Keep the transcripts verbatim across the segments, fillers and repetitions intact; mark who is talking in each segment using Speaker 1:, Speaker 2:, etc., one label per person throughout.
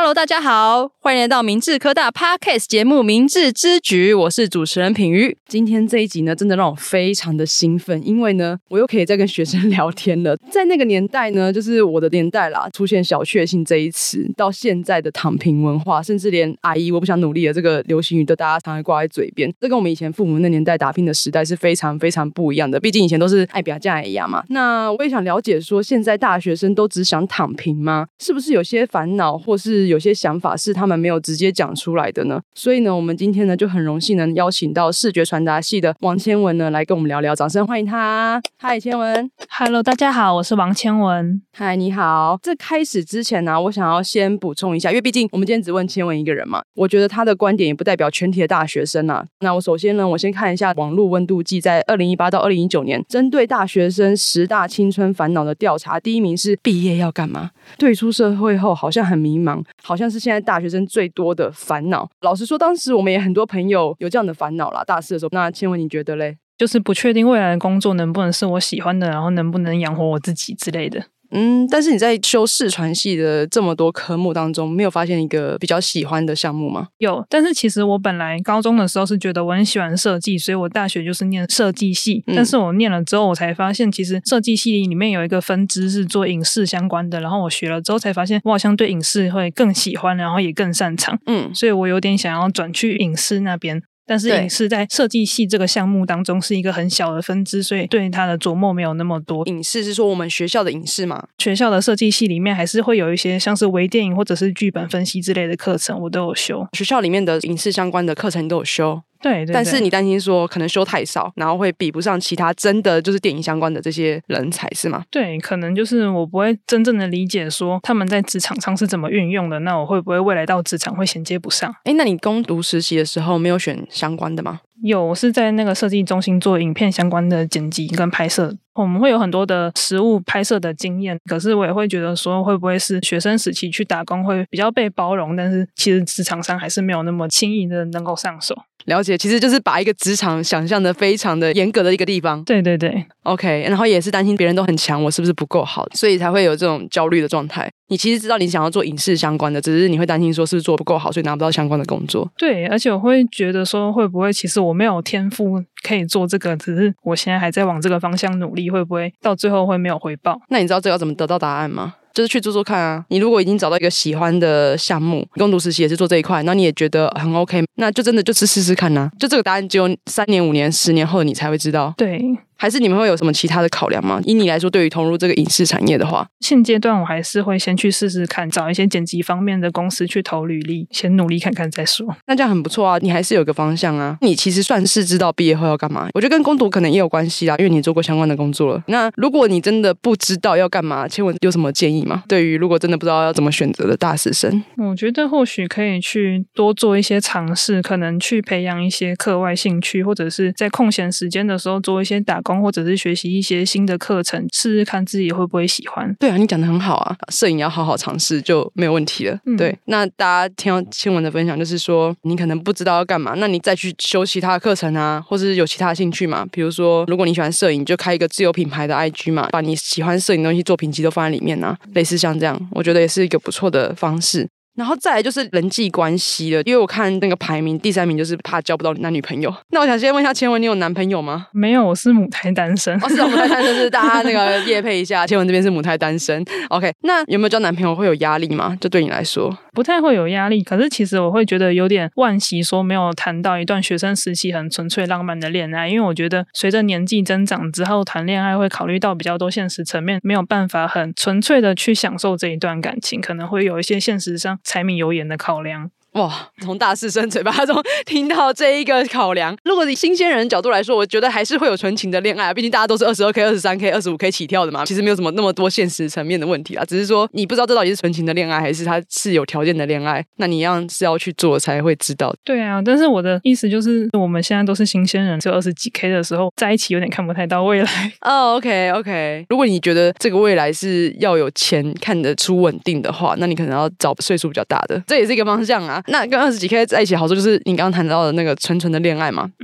Speaker 1: Hello， 大家好，欢迎来到明志科大 Podcast 节目《明志之举》，我是主持人品瑜。今天这一集呢，真的让我非常的兴奋，因为呢，我又可以再跟学生聊天了。在那个年代呢，就是我的年代啦，出现小确幸这一词，到现在的躺平文化，甚至连阿姨我不想努力的这个流行语都大家常常挂在嘴边，这跟我们以前父母那年代打拼的时代是非常非常不一样的。毕竟以前都是爱表嫁一样嘛。那我也想了解说，现在大学生都只想躺平吗？是不是有些烦恼或是有些想法是他们没有直接讲出来的呢？所以呢，我们今天呢就很荣幸能邀请到视觉传达系的王千文呢来跟我们聊聊，掌声欢迎他。嗨，千文。
Speaker 2: Hello， 大家好，我是王千文。
Speaker 1: 嗨，你好。这开始之前呢、啊，我想要先补充一下，因为毕竟我们今天只问千文一个人嘛，我觉得他的观点也不代表全体的大学生啊。那我首先呢，我先看一下网络温度计在二零一八到二零一九年针对大学生十大青春烦恼的调查，第一名是毕业要干嘛？对出社会后好像很迷茫，好像是现在大学生最多的烦恼。老实说，当时我们也很多朋友有这样的烦恼啦，大四的时候。那千文你觉得嘞？
Speaker 2: 就是不确定未来的工作能不能是我喜欢的，然后能不能养活我自己之类的。
Speaker 1: 嗯，但是你在修视传系的这么多科目当中，没有发现一个比较喜欢的项目吗？
Speaker 2: 有，但是其实我本来高中的时候是觉得我很喜欢设计，所以我大学就是念设计系、嗯、但是我念了之后我才发现，其实设计系里面有一个分支是做影视相关的，然后我学了之后才发现我好像对影视会更喜欢，然后也更擅长。嗯，所以我有点想要转去影视那边，但是影视在设计系这个项目当中是一个很小的分支，所以对它的琢磨没有那么多。
Speaker 1: 影视是说我们学校的影视吗？
Speaker 2: 学校的设计系里面还是会有一些像是微电影或者是剧本分析之类的课程，我都有修。
Speaker 1: 学校里面的影视相关的课程你都有修？
Speaker 2: 对对对。
Speaker 1: 但是你担心说可能修太少，然后会比不上其他真的就是电影相关的这些人才是吗？
Speaker 2: 对，可能就是我不会真正的理解说他们在职场上是怎么运用的，那我会不会未来到职场会衔接不上？
Speaker 1: 诶，那你攻读实习的时候没有选相关的吗？
Speaker 2: 有，我是在那个设计中心做影片相关的剪辑跟拍摄，我们会有很多的实务拍摄的经验，可是我也会觉得说会不会是学生时期去打工会比较被包容，但是其实职场上还是没有那么轻易的能够上手。
Speaker 1: 了解，其实就是把一个职场想象的非常的严格的一个地方。
Speaker 2: 对对对
Speaker 1: OK， 然后也是担心别人都很强，我是不是不够好，所以才会有这种焦虑的状态。你其实知道你想要做影视相关的，只是你会担心说是不是做不够好，所以拿不到相关的工作。
Speaker 2: 对，而且我会觉得说会不会其实我没有天赋可以做这个，只是我现在还在往这个方向努力，会不会到最后会没有回报？
Speaker 1: 那你知道这个要怎么得到答案吗？就是去做做看啊。你如果已经找到一个喜欢的项目，攻读实习也是做这一块，那你也觉得很 OK， 那就真的就是试试看啊。就这个答案只有三年五年十年后你才会知道。
Speaker 2: 对，
Speaker 1: 还是你们会有什么其他的考量吗？以你来说，对于投入这个影视产业的话，
Speaker 2: 现阶段我还是会先去试试看，找一些剪辑方面的公司去投履历，先努力看看再说。
Speaker 1: 那这样很不错啊，你还是有个方向啊。你其实算是知道毕业后要干嘛，我觉得跟攻读可能也有关系啦，因为你做过相关的工作了。那如果你真的不知道要干嘛，千文有什么建议吗？对于如果真的不知道要怎么选择的大四生，
Speaker 2: 我觉得或许可以去多做一些尝试，可能去培养一些课外兴趣，或者是在空闲时间的时候做一些打工，或者是学习一些新的课程，试试看自己会不会喜欢。
Speaker 1: 对啊，你讲得很好啊，摄影要好好尝试就没有问题了、嗯、对。那大家听到千文的分享就是说你可能不知道要干嘛，那你再去修其他的课程啊，或是有其他的兴趣嘛，比如说如果你喜欢摄影就开一个自有品牌的 I G 嘛，把你喜欢摄影的东西作品集都放在里面啊，类似像这样我觉得也是一个不错的方式。然后再来就是人际关系了，因为我看那个排名第三名就是怕交不到男女朋友。那我想先问一下千文，你有男朋友吗？
Speaker 2: 没有，我是母胎单身。
Speaker 1: 哦，是母胎单身，是大家那个业配一下，千文这边是母胎单身。OK， 那有没有交男朋友会有压力吗？就对你来说？
Speaker 2: 不太会有压力，可是其实我会觉得有点惋惜说没有谈到一段学生时期很纯粹浪漫的恋爱，因为我觉得随着年纪增长之后谈恋爱会考虑到比较多现实层面，没有办法很纯粹的去享受这一段感情，可能会有一些现实上柴米油盐的考量。
Speaker 1: 哇，从大四生嘴巴中听到这一个考量，如果以新鲜人的角度来说，我觉得还是会有纯情的恋爱，毕竟大家都是 二十二 K、二十三 K、二十五 K 起跳的嘛，其实没有什么那么多现实层面的问题啦，只是说你不知道这到底是纯情的恋爱还是它是有条件的恋爱，那你一样是要去做才会知道。
Speaker 2: 对啊，但是我的意思就是我们现在都是新鲜人，只有二十几 K 的时候在一起有点看不太到未来。
Speaker 1: 哦、oh, OK OK， 如果你觉得这个未来是要有钱看得出稳定的话，那你可能要找岁数比较大的，这也是一个方向啊。那跟二十几 K 在一起好处就是你刚刚谈到的那个纯纯的恋爱嘛。嗯嗯，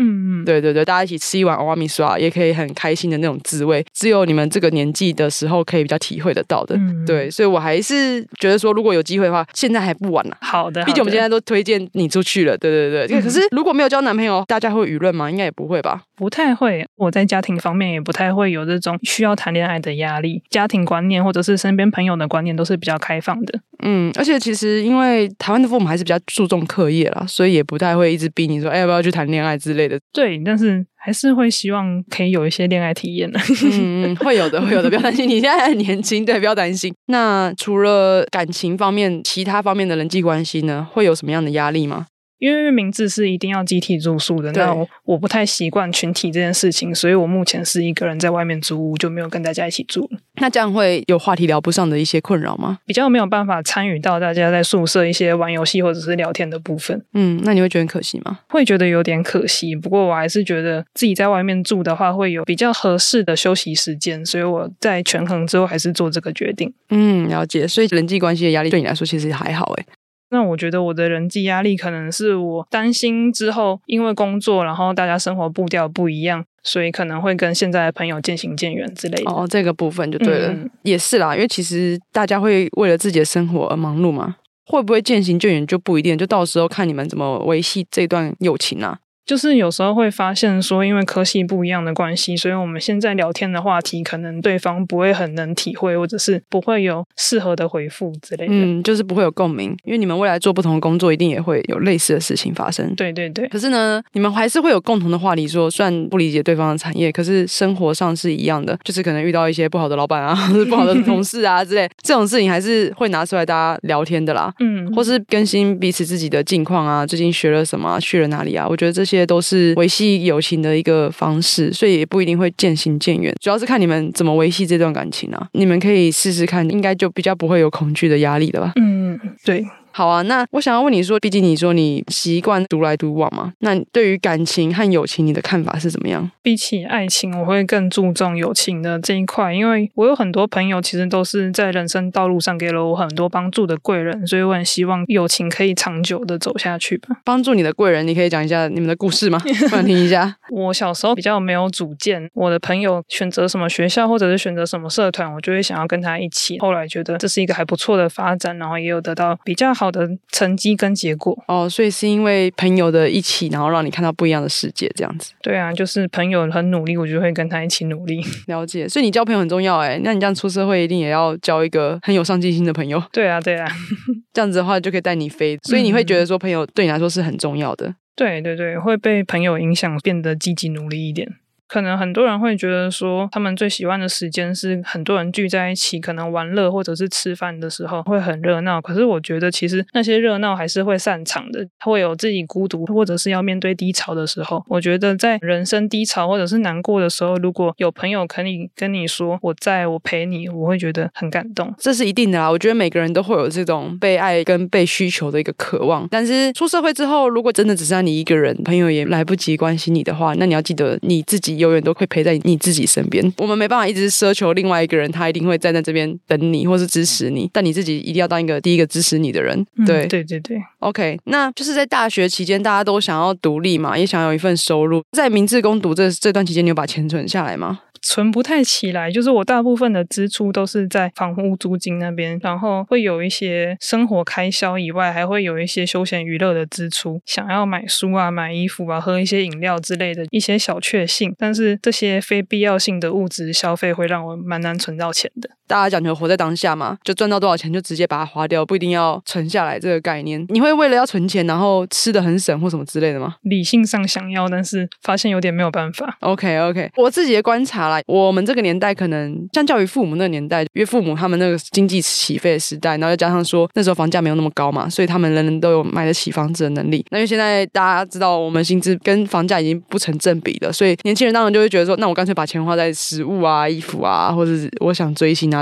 Speaker 2: 嗯，
Speaker 1: 对对对，大家一起吃一碗欧阿米刷也可以很开心的那种滋味，只有你们这个年纪的时候可以比较体会得到的。嗯，对，所以我还是觉得说如果有机会的话现在还不晚啦。
Speaker 2: 好的，
Speaker 1: 毕竟我们现在都推荐你出去了。对对对、嗯、可是如果没有交男朋友大家会舆论吗？应该也不会吧。
Speaker 2: 不太会，我在家庭方面也不太会有这种需要谈恋爱的压力，家庭观念或者是身边朋友的观念都是比较开放的。
Speaker 1: 嗯，而且其实因为台湾的父母还是比较注重课业啦，所以也不太会一直逼你说哎要不要去谈恋爱之类的。
Speaker 2: 对，但是还是会希望可以有一些恋爱体验的。
Speaker 1: 嗯，会有的会有的，不要担心，你现在很年轻，对，不要担心。那除了感情方面其他方面的人际关系呢，会有什么样的压力吗？
Speaker 2: 因为明志是一定要集体住宿的，那 我, 我不太习惯群体这件事情，所以我目前是一个人在外面租屋，就没有跟大家一起住。
Speaker 1: 那这样会有话题聊不上的一些困扰吗？
Speaker 2: 比较没有办法参与到大家在宿舍一些玩游戏或者是聊天的部分。
Speaker 1: 嗯，那你会觉得很可惜吗？
Speaker 2: 会觉得有点可惜，不过我还是觉得自己在外面住的话会有比较合适的休息时间，所以我在权衡之后还是做这个决定。
Speaker 1: 嗯，了解。所以人际关系的压力对你来说其实还好耶。
Speaker 2: 那我觉得我的人际压力可能是我担心之后因为工作然后大家生活步调不一样，所以可能会跟现在的朋友渐行渐远之类的。
Speaker 1: 哦，这个部分就对了、嗯、也是啦，因为其实大家会为了自己的生活而忙碌嘛，会不会渐行渐远就不一定，就到时候看你们怎么维系这段友情啊。
Speaker 2: 就是有时候会发现说因为科系不一样的关系，所以我们现在聊天的话题可能对方不会很能体会，或者是不会有适合的回复之类的。
Speaker 1: 嗯，就是不会有共鸣，因为你们未来做不同的工作一定也会有类似的事情发生。
Speaker 2: 对对对。
Speaker 1: 可是呢你们还是会有共同的话题，说虽然不理解对方的产业，可是生活上是一样的，就是可能遇到一些不好的老板啊或是不好的同事啊之类这种事情还是会拿出来大家聊天的啦。嗯，或是更新彼此自己的近况啊，最近学了什么啊，去了哪里啊，我觉得这些都是维系友情的一个方式，所以也不一定会渐行渐远，主要是看你们怎么维系这段感情啊。你们可以试试看，应该就比较不会有恐惧的压力了吧。
Speaker 2: 嗯，对。
Speaker 1: 好啊，那我想要问你说，毕竟你说你习惯独来独往嘛，那对于感情和友情你的看法是怎么样？
Speaker 2: 比起爱情我会更注重友情的这一块，因为我有很多朋友其实都是在人生道路上给了我很多帮助的贵人，所以我很希望友情可以长久的走下去吧。
Speaker 1: 帮助你的贵人，你可以讲一下你们的故事吗？我想听一下。
Speaker 2: 我小时候比较没有主见，我的朋友选择什么学校或者是选择什么社团，我就会想要跟他一起，后来觉得这是一个还不错的发展，然后也有得到比较好的成绩跟结果。
Speaker 1: 哦，所以是因为朋友的一起，然后让你看到不一样的世界这样子。
Speaker 2: 对啊，就是朋友很努力，我就会跟他一起努力。
Speaker 1: 了解，所以你交朋友很重要耶。那你这样出社会一定也要交一个很有上进心的朋友。
Speaker 2: 对啊对啊。
Speaker 1: 这样子的话就可以带你飞，所以你会觉得说朋友对你来说是很重要的。
Speaker 2: 对对对，会被朋友影响变得积极努力一点。可能很多人会觉得说他们最喜欢的时间是很多人聚在一起，可能玩乐或者是吃饭的时候会很热闹，可是我觉得其实那些热闹还是会散场的，会有自己孤独或者是要面对低潮的时候。我觉得在人生低潮或者是难过的时候，如果有朋友可以跟你说我在，我陪你，我会觉得很感动。
Speaker 1: 这是一定的啦，我觉得每个人都会有这种被爱跟被需求的一个渴望，但是出社会之后如果真的只剩下你一个人，朋友也来不及关心你的话，那你要记得你自己永远都会陪在你自己身边。我们没办法一直奢求另外一个人他一定会站在这边等你或是支持你，但你自己一定要当一个第一个支持你的人。对、
Speaker 2: 嗯、对对对。
Speaker 1: OK， 那就是在大学期间大家都想要独立嘛，也想要有一份收入，在明志工读这这段期间你有把钱存下来吗？
Speaker 2: 存不太起来，就是我大部分的支出都是在房屋租金那边，然后会有一些生活开销以外，还会有一些休闲娱乐的支出，想要买书啊、买衣服啊、喝一些饮料之类的一些小确幸，但是这些非必要性的物质消费会让我蛮难存到钱的。
Speaker 1: 大家讲求活在当下嘛，就赚到多少钱就直接把它花掉，不一定要存下来这个概念。你会为了要存钱然后吃得很省或什么之类的吗？
Speaker 2: 理性上想要，但是发现有点没有办法。
Speaker 1: OK OK， 我自己的观察啦，我们这个年代可能相较于父母那个年代，因为父母他们那个经济起飞的时代，然后再加上说那时候房价没有那么高嘛，所以他们人人都有买得起房子的能力。那因为现在大家知道我们薪资跟房价已经不成正比了，所以年轻人当然就会觉得说，那我干脆把钱花在食物啊、衣服啊，或者是我想追星啊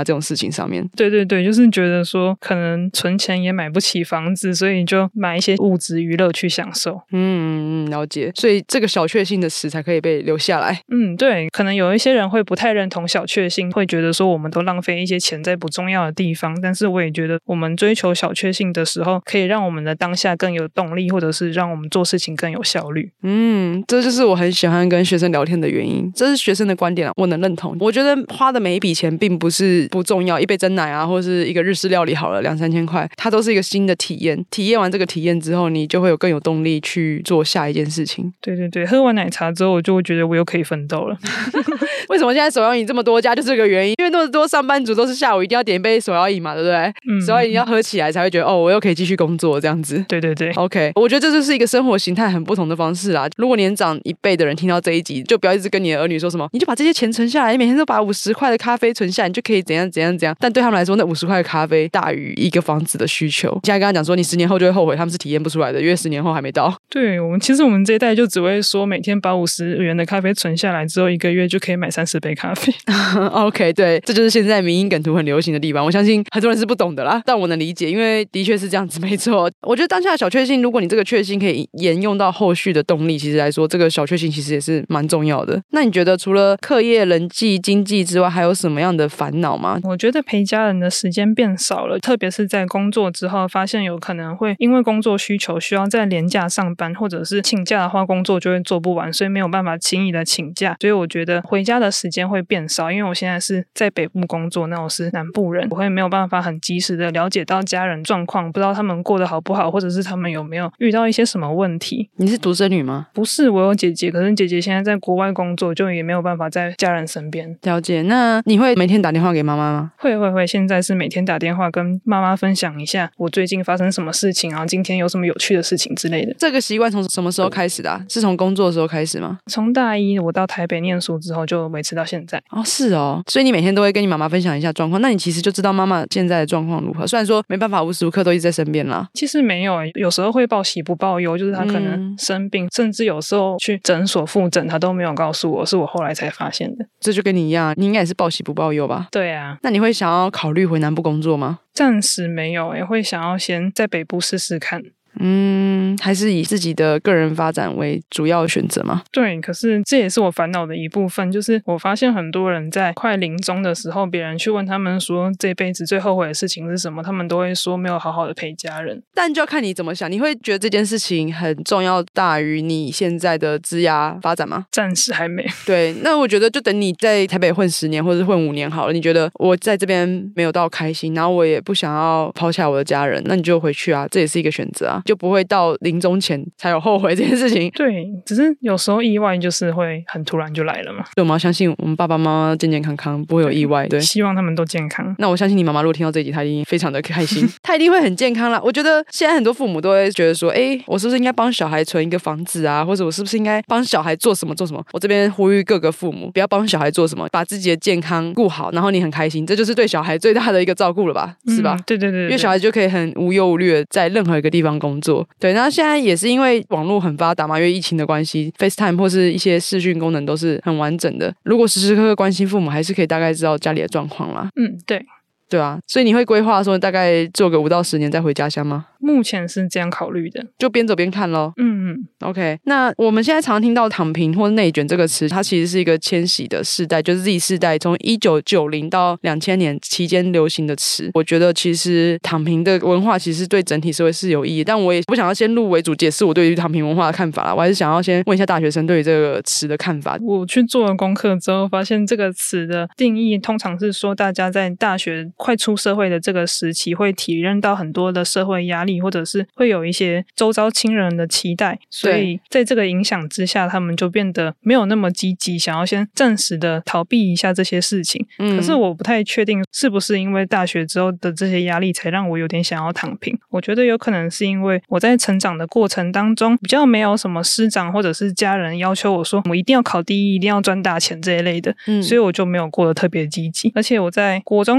Speaker 1: 他这种事情上面。
Speaker 2: 对对对，就是觉得说可能存钱也买不起房子，所以就买一些物质娱乐去享受。
Speaker 1: 嗯，了解。所以这个小确幸的词才可以被留下来。
Speaker 2: 嗯，对，可能有一些人会不太认同小确幸，会觉得说我们都浪费一些钱在不重要的地方，但是我也觉得我们追求小确幸的时候，可以让我们的当下更有动力，或者是让我们做事情更有效率。
Speaker 1: 嗯，这就是我很喜欢跟学生聊天的原因，这是学生的观点啊，我能认同。我觉得花的每一笔钱并不是不重要，一杯珍奶啊，或是一个日式料理好了，两三千块，它都是一个新的体验。体验完这个体验之后，你就会有更有动力去做下一件事情。
Speaker 2: 对对对，喝完奶茶之后，我就会觉得我又可以奋斗了。
Speaker 1: 为什么现在手摇饮这么多家，就是这个原因，因为那么多上班族都是下午一定要点一杯手摇饮嘛，对不对？嗯，手摇饮要喝起来才会觉得哦，我又可以继续工作这样子。
Speaker 2: 对对对
Speaker 1: ，OK， 我觉得这就是一个生活形态很不同的方式啦。如果年长一辈的人听到这一集，就不要一直跟你的儿女说什么，你就把这些钱存下来，你每天都把五十块的咖啡存下来，你就可以怎样怎样怎样。但对他们来说，那五十块的咖啡大于一个房子的需求。现在跟他讲说，你十年后就会后悔，他们是体验不出来的，因为十年后还没到。
Speaker 2: 对，我们其实我们这一代就只会说，每天把五十元的咖啡存下来之后，一个月就可以买三十杯咖啡。
Speaker 1: OK， 对，这就是现在迷因梗图很流行的地方。我相信很多人是不懂的啦，但我能理解，因为的确是这样子，没错。我觉得当下的小确幸，如果你这个确幸可以沿用到后续的动力，其实来说，这个小确幸其实也是蛮重要的。那你觉得除了课业、人际、经济之外，还有什么样的烦恼吗？
Speaker 2: 我觉得陪家人的时间变少了，特别是在工作之后，发现有可能会因为工作需求需要在连假上班，或者是请假的话，工作就会做不完，所以没有办法轻易的请假。所以我觉得回家的时间会变少，因为我现在是在北部工作，那我是南部人，我会没有办法很及时的了解到家人状况，不知道他们过得好不好，或者是他们有没有遇到一些什么问题。
Speaker 1: 你是独生女吗？
Speaker 2: 不是，我有姐姐，可是姐姐现在在国外工作，就也没有办法在家人身边。
Speaker 1: 了解。那你会每天打电话给妈妈吗？
Speaker 2: 会会会，现在是每天打电话跟妈妈分享一下我最近发生什么事情，然后今天有什么有趣的事情之类的。
Speaker 1: 这个习惯从什么时候开始的啊？是从工作的时候开始吗？
Speaker 2: 从大一我到台北念书之后就维持到现在。
Speaker 1: 哦，是哦，所以你每天都会跟你妈妈分享一下状况，那你其实就知道妈妈现在的状况如何。虽然说没办法无时无刻都一直在身边啦，
Speaker 2: 其实没有，有时候会报喜不报忧，就是她可能生病，嗯、甚至有时候去诊所复诊，她都没有告诉我，是我后来才发现的。
Speaker 1: 这就跟你一样，你应该也是报喜不报忧吧？
Speaker 2: 对啊。
Speaker 1: 那你会想要考虑回南部工作吗？
Speaker 2: 暂时没有，也会想要先在北部试试看。
Speaker 1: 嗯，还是以自己的个人发展为主要选择吗？
Speaker 2: 对，可是这也是我烦恼的一部分，就是我发现很多人在快临终的时候，别人去问他们说这辈子最后悔的事情是什么，他们都会说没有好好的陪家人。
Speaker 1: 但就要看你怎么想，你会觉得这件事情很重要大于你现在的职涯发展吗？
Speaker 2: 暂时还没。
Speaker 1: 对，那我觉得就等你在台北混十年或者是混五年好了，你觉得我在这边没有到开心，然后我也不想要抛下我的家人，那你就回去啊，这也是一个选择啊，就不会到临终前才有后悔这件事情。
Speaker 2: 对，只是有时候意外就是会很突然就来了嘛。
Speaker 1: 对，我们要相信我们爸爸妈妈健健康康，不会有意外。对，
Speaker 2: 希望他们都健康。
Speaker 1: 那我相信你妈妈如果听到这一集，她一定非常的开心，她一定会很健康啦。我觉得现在很多父母都会觉得说，哎，我是不是应该帮小孩存一个房子啊，或者我是不是应该帮小孩做什么做什么？我这边呼吁各个父母不要帮小孩做什么，把自己的健康顾好，然后你很开心，这就是对小孩最大的一个照顾了吧，是吧？
Speaker 2: 嗯、对, 对对对，
Speaker 1: 因为小孩就可以很无忧无虑的在任何一个地方工作。对，那现在也是因为网络很发达嘛，因为疫情的关系 ，FaceTime 或是一些视讯功能都是很完整的。如果时时刻刻关心父母，还是可以大概知道家里的状况啦。
Speaker 2: 嗯，对。
Speaker 1: 对啊，所以你会规划说大概做个五到十年再回家乡吗？
Speaker 2: 目前是这样考虑的，
Speaker 1: 就边走边看咯。
Speaker 2: 嗯嗯
Speaker 1: OK， 那我们现在常听到躺平或内卷这个词，它其实是一个迁徙的世代，就是 Z 世代从一九九零到两千年期间流行的词。我觉得其实躺平的文化其实对整体社会是有意义，但我也不想要先入为主解释我对于躺平文化的看法啦，我还是想要先问一下大学生对于这个词的看法。
Speaker 2: 我去做了功课之后发现这个词的定义通常是说大家在大学快出社会的这个时期会体认到很多的社会压力，或者是会有一些周遭亲人的期待，所以在这个影响之下他们就变得没有那么积极，想要先暂时的逃避一下这些事情、嗯、可是我不太确定是不是因为大学之后的这些压力才让我有点想要躺平。我觉得有可能是因为我在成长的过程当中比较没有什么师长或者是家人要求我说我一定要考第一，一定要赚大钱这一类的、嗯、所以我就没有过得特别积极。而且我在国中的时候有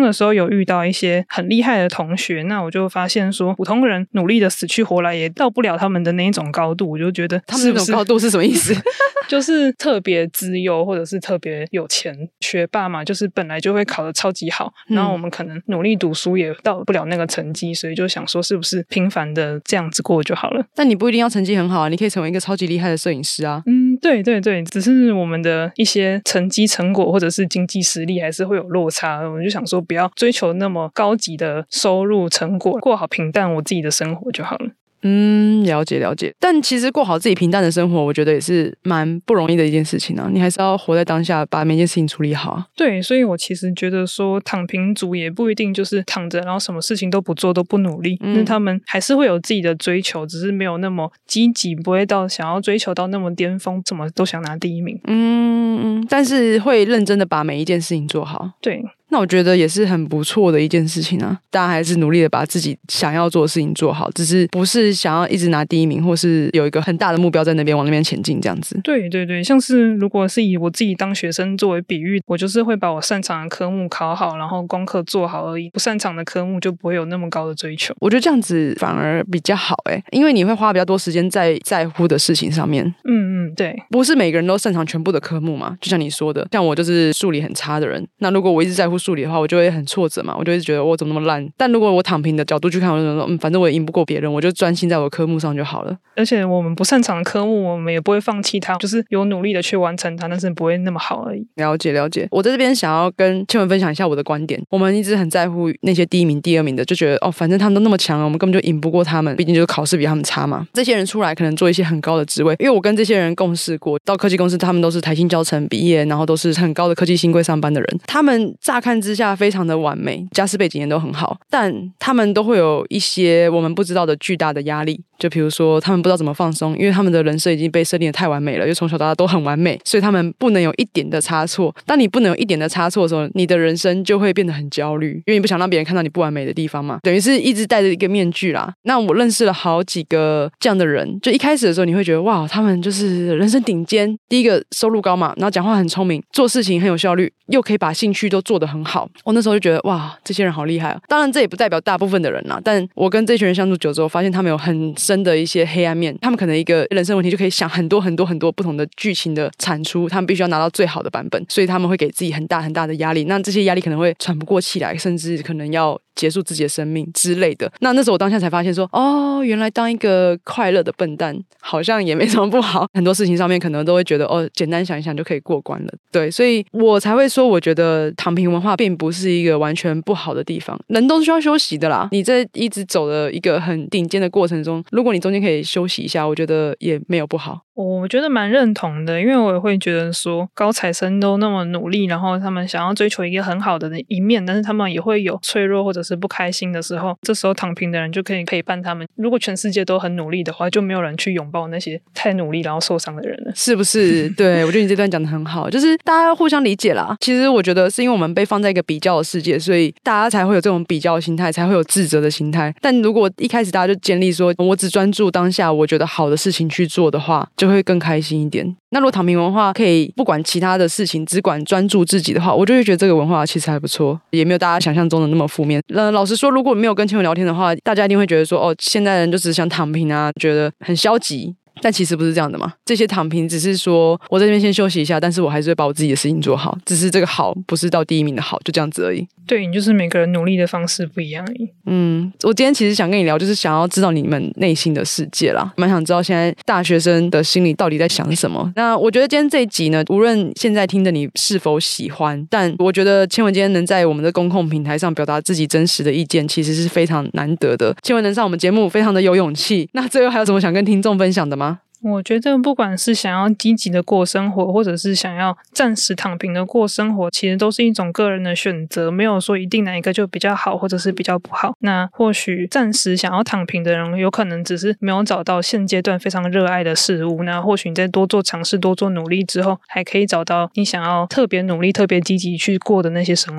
Speaker 2: 有遇到一些很厉害的同学，那我就发现说普通人努力的死去活来也到不了他们的那一种高度，我就觉得
Speaker 1: 他们那种高度是什么意思？
Speaker 2: 就是特别资优或者是特别有钱，学霸嘛，就是本来就会考得超级好，
Speaker 1: 嗯、
Speaker 2: 然后我们可能努力读书也到不了那个成绩，所以就想说是不是平凡的这样子过就好了。
Speaker 1: 但你不一定要成绩很好啊，你可以成为一个超级厉害的摄影师啊。
Speaker 2: 嗯，对对对，只是我们的一些成绩成果或者是经济实力还是会有落差，我就想说不要追求那么高级的收入成果，过好平淡我自己的生活就好了。
Speaker 1: 嗯，了解了解。但其实过好自己平淡的生活，我觉得也是蛮不容易的一件事情啊。你还是要活在当下，把每件事情处理好。
Speaker 2: 对，所以我其实觉得说躺平族也不一定就是躺着，然后什么事情都不做，都不努力。因为、嗯、他们还是会有自己的追求，只是没有那么积极，不会到想要追求到那么巅峰，怎么都想拿第一名。
Speaker 1: 嗯嗯，但是会认真的把每一件事情做好。
Speaker 2: 对。
Speaker 1: 那我觉得也是很不错的一件事情啊，大家还是努力的把自己想要做的事情做好，只是不是想要一直拿第一名，或是有一个很大的目标在那边往那边前进这样子。
Speaker 2: 对对对，像是如果是以我自己当学生作为比喻，我就是会把我擅长的科目考好，然后功课做好而已，不擅长的科目就不会有那么高的追求。
Speaker 1: 我觉得这样子反而比较好欸，因为你会花比较多时间在在乎的事情上面。
Speaker 2: 嗯嗯，对，
Speaker 1: 不是每个人都擅长全部的科目嘛，就像你说的，像我就是数理很差的人，那如果我一直在乎数理的话，我就会很挫折嘛，我就会觉得我怎么那么烂。但如果我躺平的角度去看，我就说嗯，反正我也赢不过别人，我就专心在我的科目上就好了。
Speaker 2: 而且我们不擅长的科目，我们也不会放弃它，就是有努力的去完成它，但是不会那么好而已。
Speaker 1: 了解了解，我在这边想要跟倩文分享一下我的观点。我们一直很在乎那些第一名、第二名的，就觉得哦，反正他们都那么强了，我们根本就赢不过他们，毕竟就是考试比他们差嘛。这些人出来可能做一些很高的职位，因为我跟这些人共事过，到科技公司他们都是台清交成毕业，然后都是很高的科技新贵上班的人，他们乍看之下非常的完美，家世背景也都很好，但他们都会有一些我们不知道的巨大的压力。就比如说他们不知道怎么放松，因为他们的人设已经被设定的太完美了，因为从小到大都很完美，所以他们不能有一点的差错。当你不能有一点的差错的时候，你的人生就会变得很焦虑，因为你不想让别人看到你不完美的地方嘛，等于是一直戴着一个面具啦。那我认识了好几个这样的人，就一开始的时候你会觉得哇，他们就是人生顶尖，第一个收入高嘛，然后讲话很聪明，做事情很有效率，又可以把兴趣都做得很好。我那时候就觉得哇，这些人好厉害啊。当然这也不代表大部分的人啦，但我跟这群人相处久之后，发现他们有很深的一些黑暗面，他们可能一个人生问题就可以想很多很多很多不同的剧情的产出，他们必须要拿到最好的版本，所以他们会给自己很大很大的压力，那这些压力可能会喘不过气来，甚至可能要结束自己的生命之类的。那那时候我当下才发现说，哦，原来当一个快乐的笨蛋好像也没什么不好，很多事情上面可能都会觉得哦，简单想一想就可以过关了。对，所以我才会说我觉得躺平文化并不是一个完全不好的地方，人都是需要休息的啦。你在一直走了一个很顶尖的过程中，如果你中间可以休息一下，我觉得也没有不好。
Speaker 2: 我觉得蛮认同的，因为我也会觉得说高材生都那么努力，然后他们想要追求一个很好的一面，但是他们也会有脆弱或者是不开心的时候，这时候躺平的人就可以陪伴他们。如果全世界都很努力的话，就没有人去拥抱那些太努力然后受伤的人了，
Speaker 1: 是不是？对，我觉得你这段讲得很好，就是大家要互相理解啦。其实我觉得是因为我们被放在一个比较的世界，所以大家才会有这种比较的心态，才会有自责的心态。但如果一开始大家就建立说我只专注当下我觉得好的事情去做的话，就会更开心一点。那如果躺平文化可以不管其他的事情，只管专注自己的话，我就会觉得这个文化其实还不错，也没有大家想象中的那么负面。呃，老实说，如果没有跟倩文聊天的话，大家一定会觉得说，哦，现在人就只想躺平啊，觉得很消极。但其实不是这样的嘛，这些躺平只是说我在这边先休息一下，但是我还是会把我自己的事情做好，只是这个好不是到第一名的好，就这样子而已。
Speaker 2: 对，你就是每个人努力的方式不一样而已。
Speaker 1: 嗯，我今天其实想跟你聊，就是想要知道你们内心的世界啦，蛮想知道现在大学生的心里到底在想什么。那我觉得今天这一集呢，无论现在听的你是否喜欢，但我觉得倩文今天能在我们的公共平台上表达自己真实的意见，其实是非常难得的。倩文能上我们节目，非常的有勇气。那最后还有什么想跟听众分享的吗？
Speaker 2: 我觉得不管是想要积极的过生活，或者是想要暂时躺平的过生活，其实都是一种个人的选择，没有说一定哪一个就比较好或者是比较不好。那或许暂时想要躺平的人有可能只是没有找到现阶段非常热爱的事物，那或许你在多做尝试多做努力之后，还可以找到你想要特别努力特别积极去过的那些生活。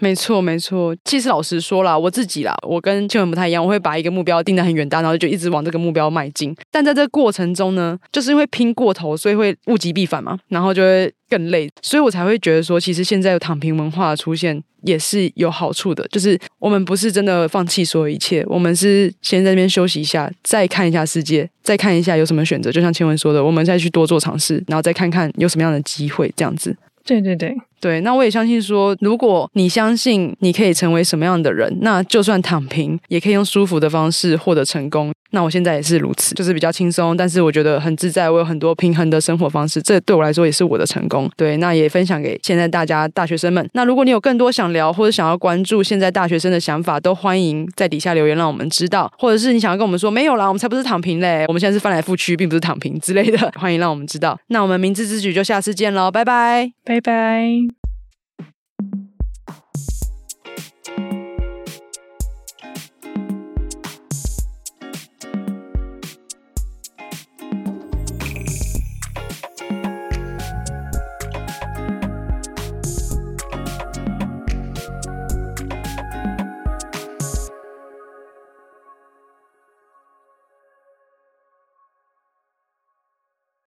Speaker 1: 没错没错，其实老实说啦，我自己啦，我跟千文不太一样，我会把一个目标定得很远大，然后就一直往这个目标迈进。但在这个过程中呢，就是因为拼过头，所以会物极必反嘛，然后就会更累，所以我才会觉得说，其实现在有躺平文化的出现也是有好处的，就是我们不是真的放弃所有一切，我们是先在那边休息一下，再看一下世界，再看一下有什么选择，就像千文说的，我们再去多做尝试，然后再看看有什么样的机会，这样子。
Speaker 2: 对对对
Speaker 1: 对，那我也相信说，如果你相信你可以成为什么样的人，那就算躺平也可以用舒服的方式获得成功。那我现在也是如此，就是比较轻松，但是我觉得很自在，我有很多平衡的生活方式，这对我来说也是我的成功。对，那也分享给现在大家大学生们。那如果你有更多想聊或者想要关注现在大学生的想法，都欢迎在底下留言让我们知道，或者是你想要跟我们说没有啦，我们才不是躺平嘞，我们现在是翻来覆去并不是躺平之类的，欢迎让我们知道。那我们明智之举就下次见咯，拜拜
Speaker 2: 拜拜。